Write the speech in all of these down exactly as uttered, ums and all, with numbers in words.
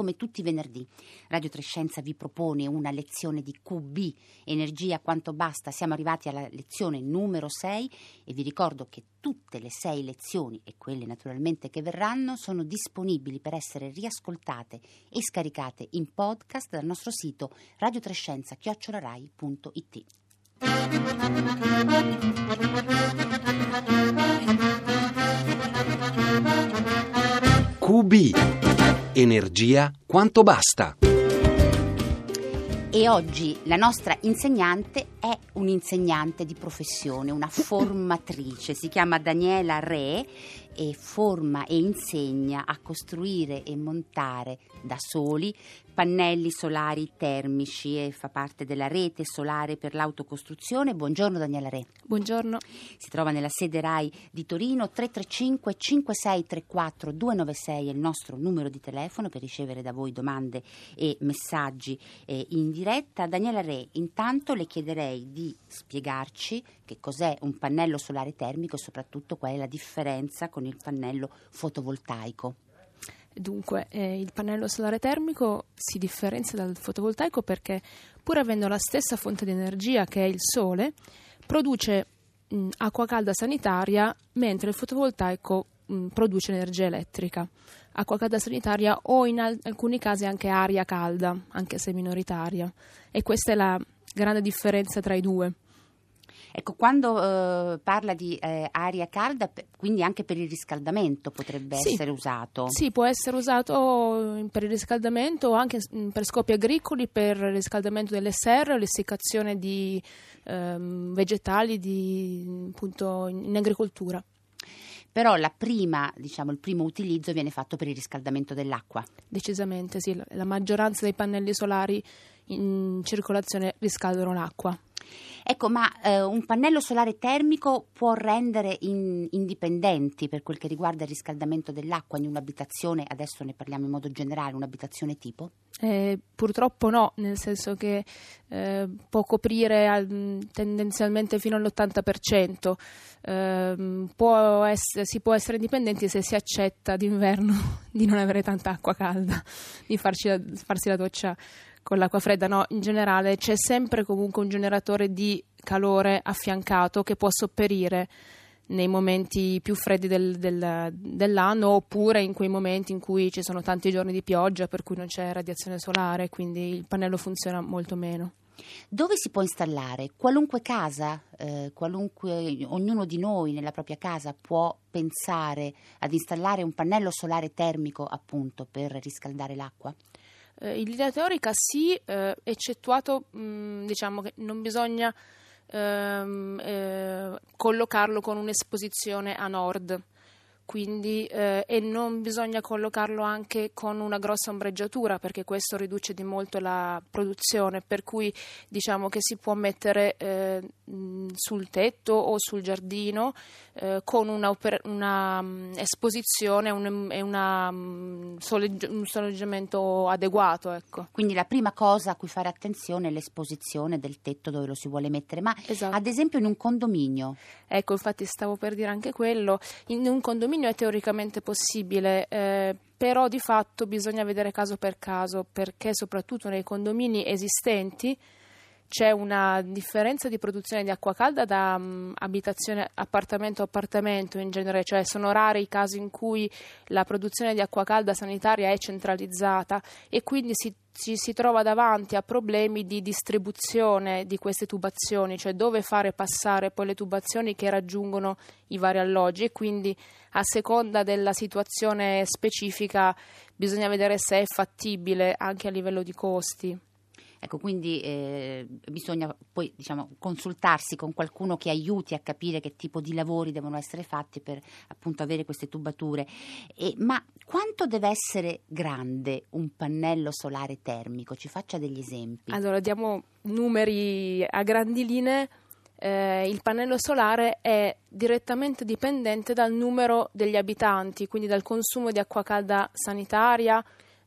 come tutti i venerdì. Radio Trescenza vi propone una lezione di Q B, energia quanto basta. Siamo arrivati alla lezione numero sei e vi ricordo che tutte le sei lezioni e quelle naturalmente che verranno sono disponibili per essere riascoltate e scaricate in podcast dal nostro sito radiotrescenza chiocciola rai punto it. Q B, energia quanto basta. E oggi la nostra insegnante è un'insegnante di professione, una formatrice, si chiama Daniela Re e forma e insegna a costruire e montare da soli pannelli solari termici e fa parte della rete solare per l'autocostruzione. Buongiorno Daniela Re. Buongiorno. Si trova nella sede RAI di Torino. Tre tre cinque cinque sei tre quattro due nove sei è il nostro numero di telefono per ricevere da voi domande e messaggi eh, in diretta. Daniela Re, intanto le chiederei di spiegarci che cos'è un pannello solare termico e soprattutto qual è la differenza con il pannello fotovoltaico. Dunque, eh, il pannello solare termico si differenzia dal fotovoltaico perché, pur avendo la stessa fonte di energia che è il sole, produce mh, acqua calda sanitaria, mentre il fotovoltaico mh, produce energia elettrica. Acqua calda sanitaria o in al- alcuni casi anche aria calda, anche se minoritaria. E questa è la grande differenza tra i due. Ecco, quando eh, parla di eh, aria calda, p- quindi anche per il riscaldamento potrebbe Sì. essere usato? Sì, può essere usato per il riscaldamento o anche mh, per scopi agricoli, per il riscaldamento delle serre o l'essiccazione di ehm, vegetali di, appunto, in, in agricoltura. Però la prima, diciamo, il primo utilizzo viene fatto per il riscaldamento dell'acqua. Decisamente sì, la maggioranza dei pannelli solari in circolazione riscaldano l'acqua. Ecco, ma eh, un pannello solare termico può rendere in, indipendenti per quel che riguarda il riscaldamento dell'acqua in un'abitazione, adesso ne parliamo in modo generale, un'abitazione tipo? Eh, purtroppo no, nel senso che eh, può coprire al, tendenzialmente fino all'ottanta per cento. Eh, può essere, si può essere indipendenti se si accetta d'inverno di non avere tanta acqua calda, di farci la, farsi la doccia con l'acqua fredda. No, in generale c'è sempre comunque un generatore di calore affiancato che può sopperire nei momenti più freddi del, del, dell'anno, oppure in quei momenti in cui ci sono tanti giorni di pioggia per cui non c'è radiazione solare, quindi il pannello funziona molto meno. Dove si può installare? Qualunque casa, eh, qualunque, ognuno di noi nella propria casa può pensare ad installare un pannello solare termico appunto per riscaldare l'acqua? Eh, in linea teorica sì, eh, eccettuato mh, diciamo che non bisogna ehm, eh, collocarlo con un'esposizione a nord, quindi eh, e non bisogna collocarlo anche con una grossa ombreggiatura, perché questo riduce di molto la produzione, per cui diciamo che si può mettere eh, mh, sul tetto o sul giardino eh, con una, oper- una um, esposizione un, e una, um, soleggi- un soleggiamento adeguato, ecco. Quindi la prima cosa a cui fare attenzione è l'esposizione del tetto dove lo si vuole mettere, ma Esatto. ad esempio in un condominio? Ecco, infatti stavo per dire anche quello. In un condominio è teoricamente possibile, eh, però di fatto bisogna vedere caso per caso, perché soprattutto nei condomini esistenti c'è una differenza di produzione di acqua calda da um, abitazione appartamento a appartamento in genere, cioè sono rari i casi in cui la produzione di acqua calda sanitaria è centralizzata e quindi si, ci si trova davanti a problemi di distribuzione di queste tubazioni, cioè dove fare passare poi le tubazioni che raggiungono i vari alloggi, e quindi a seconda della situazione specifica bisogna vedere se è fattibile anche a livello di costi. Ecco, quindi eh, bisogna poi diciamo consultarsi con qualcuno che aiuti a capire che tipo di lavori devono essere fatti per appunto avere queste tubature. E, ma quanto deve essere grande un pannello solare termico? Ci faccia degli esempi. Allora, diamo numeri a grandi linee. Eh, il pannello solare è direttamente dipendente dal numero degli abitanti, quindi dal consumo di acqua calda sanitaria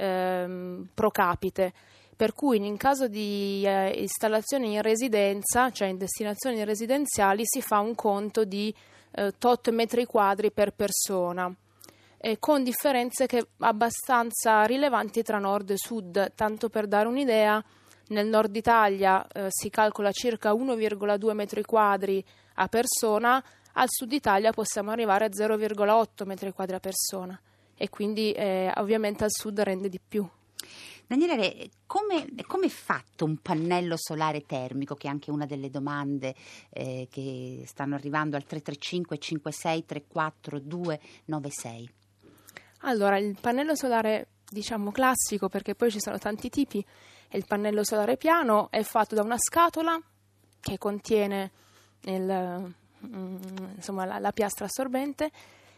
ehm, pro capite. Per cui in caso di eh, installazioni in residenza, cioè in destinazioni residenziali, si fa un conto di eh, tot metri quadri per persona. eh, con differenze che abbastanza rilevanti tra nord e sud. Tanto per dare un'idea, nel nord Italia eh, si calcola circa uno virgola due metri quadri a persona, al sud Italia possiamo arrivare a zero virgola otto metri quadri a persona, e quindi eh, ovviamente al sud rende di più. Daniele, come, come è fatto un pannello solare termico, che è anche una delle domande eh, che stanno arrivando al tre tre cinque cinque sei tre quattro due nove sei? Allora, il pannello solare, diciamo classico, perché poi ci sono tanti tipi, è il pannello solare piano, è fatto da una scatola che contiene il, insomma, la, la piastra assorbente,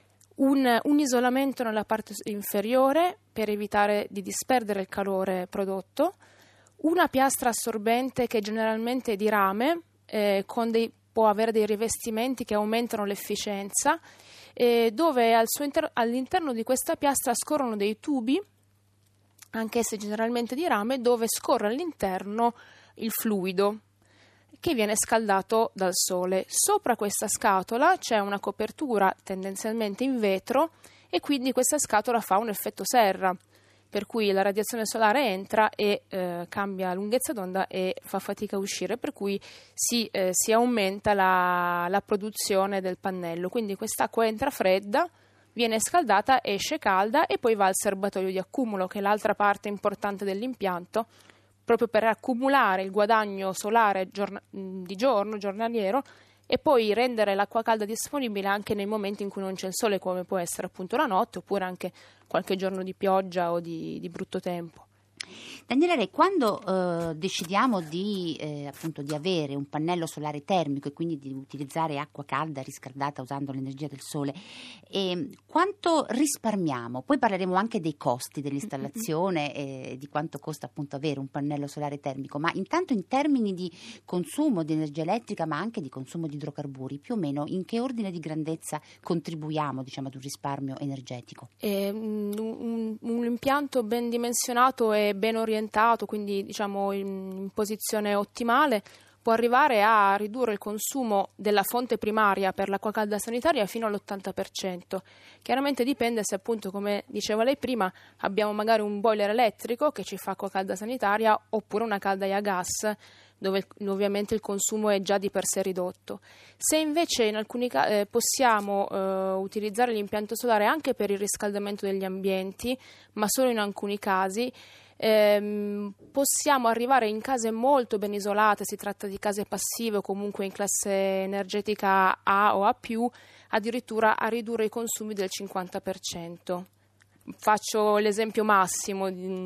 Un, un isolamento nella parte inferiore per evitare di disperdere il calore prodotto, una piastra assorbente che generalmente è di rame, eh, con dei, può avere dei rivestimenti che aumentano l'efficienza, eh, dove al suo inter- all'interno di questa piastra scorrono dei tubi, anch'essi generalmente di rame, dove scorre all'interno il fluido che viene scaldato dal sole. Sopra questa scatola c'è una copertura tendenzialmente in vetro, e quindi questa scatola fa un effetto serra, per cui la radiazione solare entra e eh, cambia lunghezza d'onda e fa fatica a uscire, per cui si, eh, si aumenta la, la produzione del pannello. Quindi quest'acqua entra fredda, viene scaldata, esce calda e poi va al serbatoio di accumulo, che è l'altra parte importante dell'impianto, proprio per accumulare il guadagno solare giorn- di giorno, giornaliero, e poi rendere l'acqua calda disponibile anche nei momenti in cui non c'è il sole, come può essere appunto la notte, oppure anche qualche giorno di pioggia o di, di brutto tempo. Daniele, quando eh, decidiamo di, eh, appunto, di avere un pannello solare termico e quindi di utilizzare acqua calda riscaldata usando l'energia del sole, eh, quanto risparmiamo? Poi parleremo anche dei costi dell'installazione e di quanto costa appunto avere un pannello solare termico, ma intanto in termini di consumo di energia elettrica, ma anche di consumo di idrocarburi, più o meno in che ordine di grandezza contribuiamo, diciamo, ad un risparmio energetico? Eh, un, un, un impianto ben dimensionato e ben orientato, quindi diciamo in, in posizione ottimale, può arrivare a ridurre il consumo della fonte primaria per l'acqua calda sanitaria fino all'ottanta per cento. Chiaramente dipende se, appunto, come diceva lei prima, abbiamo magari un boiler elettrico che ci fa acqua calda sanitaria, oppure una caldaia a gas, dove ovviamente il consumo è già di per sé ridotto. Se invece in alcuni casi eh, possiamo eh, utilizzare l'impianto solare anche per il riscaldamento degli ambienti, ma solo in alcuni casi, ehm, possiamo arrivare in case molto ben isolate, si tratta di case passive o comunque in classe energetica A o A più, addirittura a ridurre i consumi del cinquanta per cento. Faccio l'esempio massimo,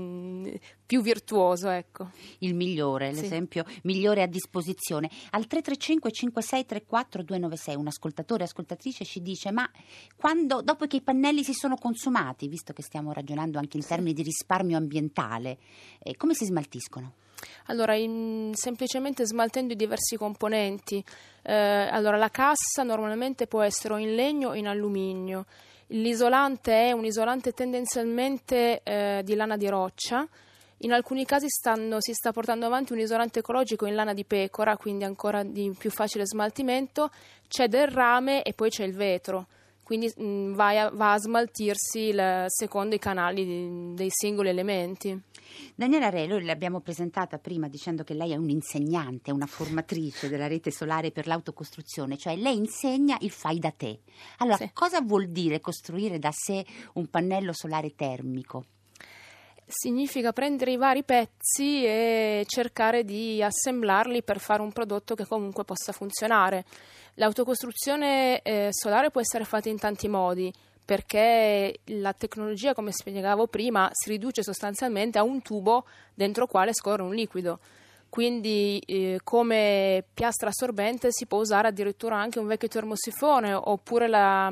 più virtuoso, ecco. Il migliore, Sì. l'esempio migliore a disposizione. Al tre tre cinque cinque sei tre quattro due nove sei un ascoltatore, ascoltatrice ci dice: ma quando, dopo che i pannelli si sono consumati, visto che stiamo ragionando anche in Sì. termini di risparmio ambientale, eh, come si smaltiscono? Allora, in, semplicemente smaltendo i diversi componenti. Eh, allora, la cassa normalmente può essere o in legno o in alluminio. L'isolante è un isolante tendenzialmente eh, di lana di roccia. In alcuni casi stanno, si sta portando avanti un isolante ecologico in lana di pecora, quindi ancora di più facile smaltimento. C'è del rame e poi c'è il vetro, quindi mh, va, a, va a smaltirsi il, secondo i canali di, dei singoli elementi. Daniela Re, noi l'abbiamo presentata prima dicendo che lei è un'insegnante, una formatrice della rete solare per l'autocostruzione, cioè lei insegna il fai da te. Allora, Sì. cosa vuol dire costruire da sé un pannello solare termico? Significa prendere i vari pezzi e cercare di assemblarli per fare un prodotto che comunque possa funzionare. L'autocostruzione eh, solare può essere fatta in tanti modi, perché la tecnologia, come spiegavo prima, si riduce sostanzialmente a un tubo dentro il quale scorre un liquido. Quindi eh, come piastra assorbente si può usare addirittura anche un vecchio termosifone, oppure la,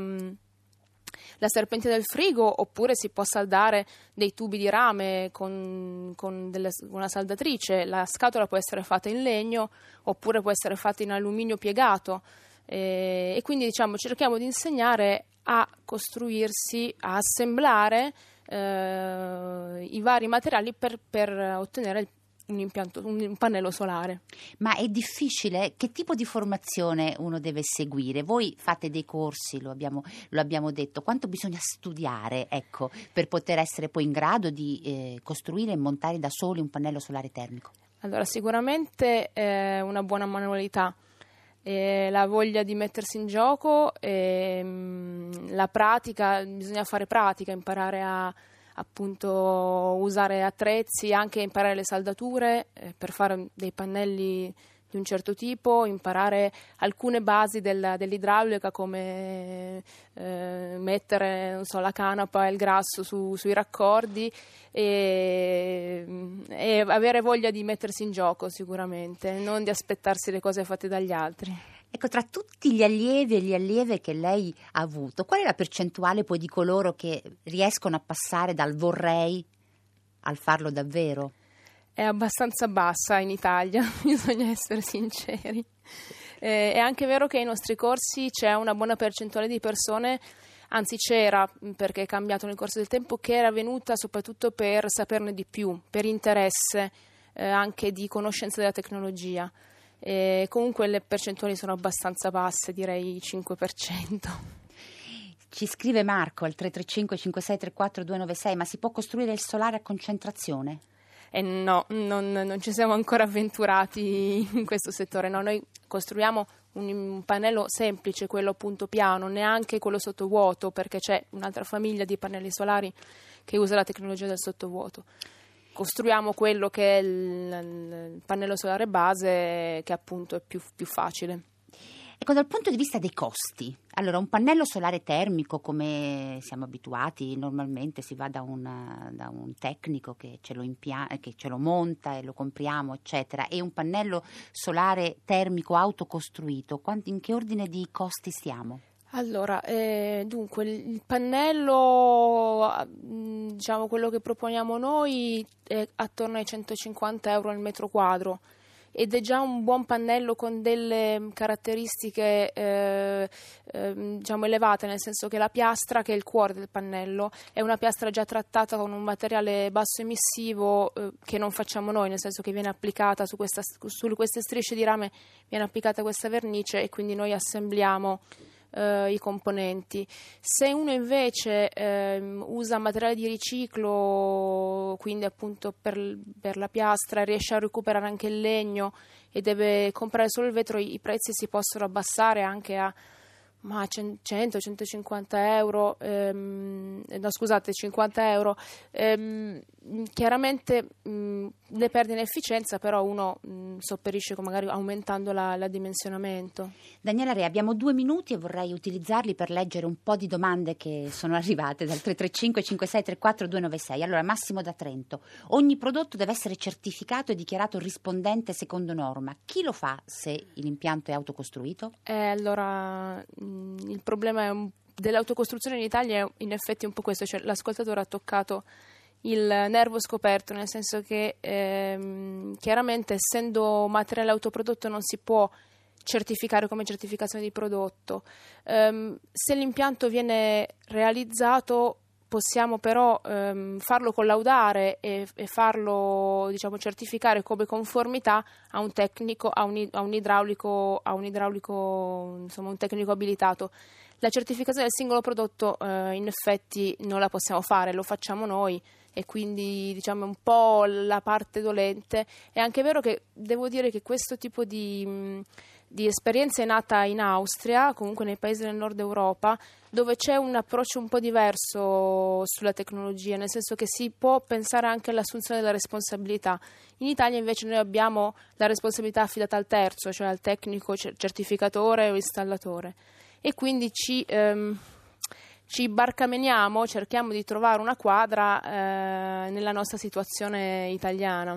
la serpente del frigo, oppure si può saldare dei tubi di rame con, con delle, una saldatrice. La scatola può essere fatta in legno, oppure può essere fatta in alluminio piegato. Eh, e quindi diciamo cerchiamo di insegnare a costruirsi, a assemblare eh, i vari materiali per, per ottenere un impianto, un, un pannello solare. Ma è difficile? Che tipo di formazione uno deve seguire? Voi fate dei corsi, lo abbiamo, lo abbiamo detto, quanto bisogna studiare, ecco, per poter essere poi in grado di eh, costruire e montare da soli un pannello solare termico? Allora, sicuramente eh, una buona manualità, eh, la voglia di mettersi in gioco, eh, la pratica, bisogna fare pratica, imparare a appunto usare attrezzi, anche imparare le saldature eh, per fare dei pannelli di un certo tipo, imparare alcune basi del, dell'idraulica, come eh, mettere non so, la canapa e il grasso su, sui raccordi, e, e avere voglia di mettersi in gioco sicuramente, non di aspettarsi le cose fatte dagli altri. Ecco, tra tutti gli allievi e le allieve che lei ha avuto, qual è la percentuale poi di coloro che riescono a passare dal vorrei al farlo davvero? È abbastanza bassa in Italia, bisogna essere sinceri. Eh, è anche vero che ai nostri corsi c'è una buona percentuale di persone, anzi c'era, perché è cambiato nel corso del tempo, che era venuta soprattutto per saperne di più, per interesse eh, anche di conoscenza della tecnologia. E comunque le percentuali sono abbastanza basse, direi cinque per cento. Ci scrive Marco al tre tre cinque cinque sei tre quattro due nove sei: ma si può costruire il solare a concentrazione? Eh no, non, non ci siamo ancora avventurati in questo settore. No, noi costruiamo un, un pannello semplice, quello appunto piano, neanche quello sottovuoto, perché c'è un'altra famiglia di pannelli solari che usa la tecnologia del sottovuoto. Costruiamo quello che è il, il pannello solare base, che appunto è più, più facile. Ecco, dal punto di vista dei costi, allora un pannello solare termico, come siamo abituati, normalmente si va da un, da un tecnico che ce, lo impia- che ce lo monta e lo compriamo, eccetera, e un pannello solare termico autocostruito, quanti, in che ordine di costi stiamo? Allora, eh, dunque, il pannello, diciamo quello che proponiamo noi, è attorno ai centocinquanta euro al metro quadro, ed è già un buon pannello con delle caratteristiche eh, eh, diciamo elevate, nel senso che la piastra, che è il cuore del pannello, è una piastra già trattata con un materiale basso emissivo eh, che non facciamo noi, nel senso che viene applicata su, questa, su queste strisce di rame, viene applicata questa vernice e quindi noi assembliamo Uh, i componenti. Se uno invece uh, usa materiale di riciclo, quindi appunto per, per la piastra, riesce a recuperare anche il legno e deve comprare solo il vetro, i, i prezzi si possono abbassare anche a ma cento centocinquanta euro, ehm, no scusate, cinquanta euro. Ehm, chiaramente mh, le perde in efficienza, però uno mh, sopperisce magari aumentando la, la dimensionamento. Daniela Re, abbiamo due minuti e vorrei utilizzarli per leggere un po' di domande che sono arrivate dal tre tre cinque cinque sei tre quattro due nove sei. Allora, Massimo da Trento: ogni prodotto deve essere certificato e dichiarato rispondente secondo norma. Chi lo fa se l'impianto è autocostruito? Eh, allora il problema è un, dell'autocostruzione in Italia è in effetti un po' questo, cioè l'ascoltatore ha toccato il nervo scoperto, nel senso che ehm, chiaramente essendo materiale autoprodotto non si può certificare come certificazione di prodotto. Ehm, se l'impianto viene realizzato possiamo però ehm, farlo collaudare e, e farlo, diciamo, certificare come conformità a un tecnico, a un, a un idraulico, a un idraulico, insomma, un tecnico abilitato. La certificazione del singolo prodotto eh, in effetti non la possiamo fare, lo facciamo noi, e quindi diciamo è un po' la parte dolente. È anche vero che devo dire che questo tipo di, mh, di esperienza è nata in Austria, comunque nei paesi del nord Europa, dove c'è un approccio un po' diverso sulla tecnologia, nel senso che si può pensare anche all'assunzione della responsabilità. In Italia invece noi abbiamo la responsabilità affidata al terzo, cioè al tecnico certificatore o installatore, e quindi ci... Ehm, ci barcameniamo, cerchiamo di trovare una quadra eh, nella nostra situazione italiana.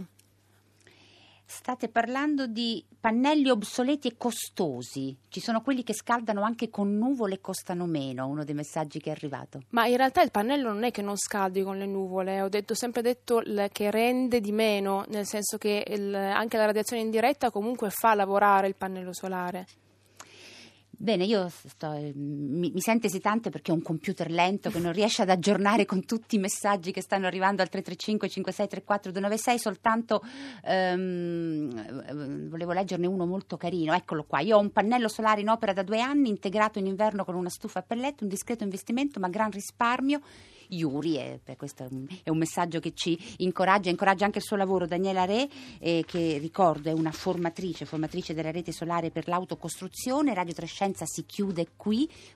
State parlando di pannelli obsoleti e costosi. Ci sono quelli che scaldano anche con nuvole e costano meno, uno dei messaggi che è arrivato. Ma in realtà il pannello non è che non scaldi con le nuvole, ho detto, sempre detto l- che rende di meno, nel senso che il, anche la radiazione indiretta comunque fa lavorare il pannello solare. Bene, io sto, mi, mi sento esitante perché ho un computer lento che non riesce ad aggiornare con tutti i messaggi che stanno arrivando al tre tre cinque cinque sei tre quattro due nove sei. Soltanto um, volevo leggerne uno molto carino. Eccolo qua. Io ho un pannello solare in opera da due anni, integrato in inverno con una stufa a pelletto, un discreto investimento ma gran risparmio. Yuri, e per questo è un, è un messaggio che ci incoraggia, incoraggia anche il suo lavoro. Daniela Re, eh, che ricordo è una formatrice, formatrice della rete solare per l'autocostruzione. Radio Trescenza si chiude qui.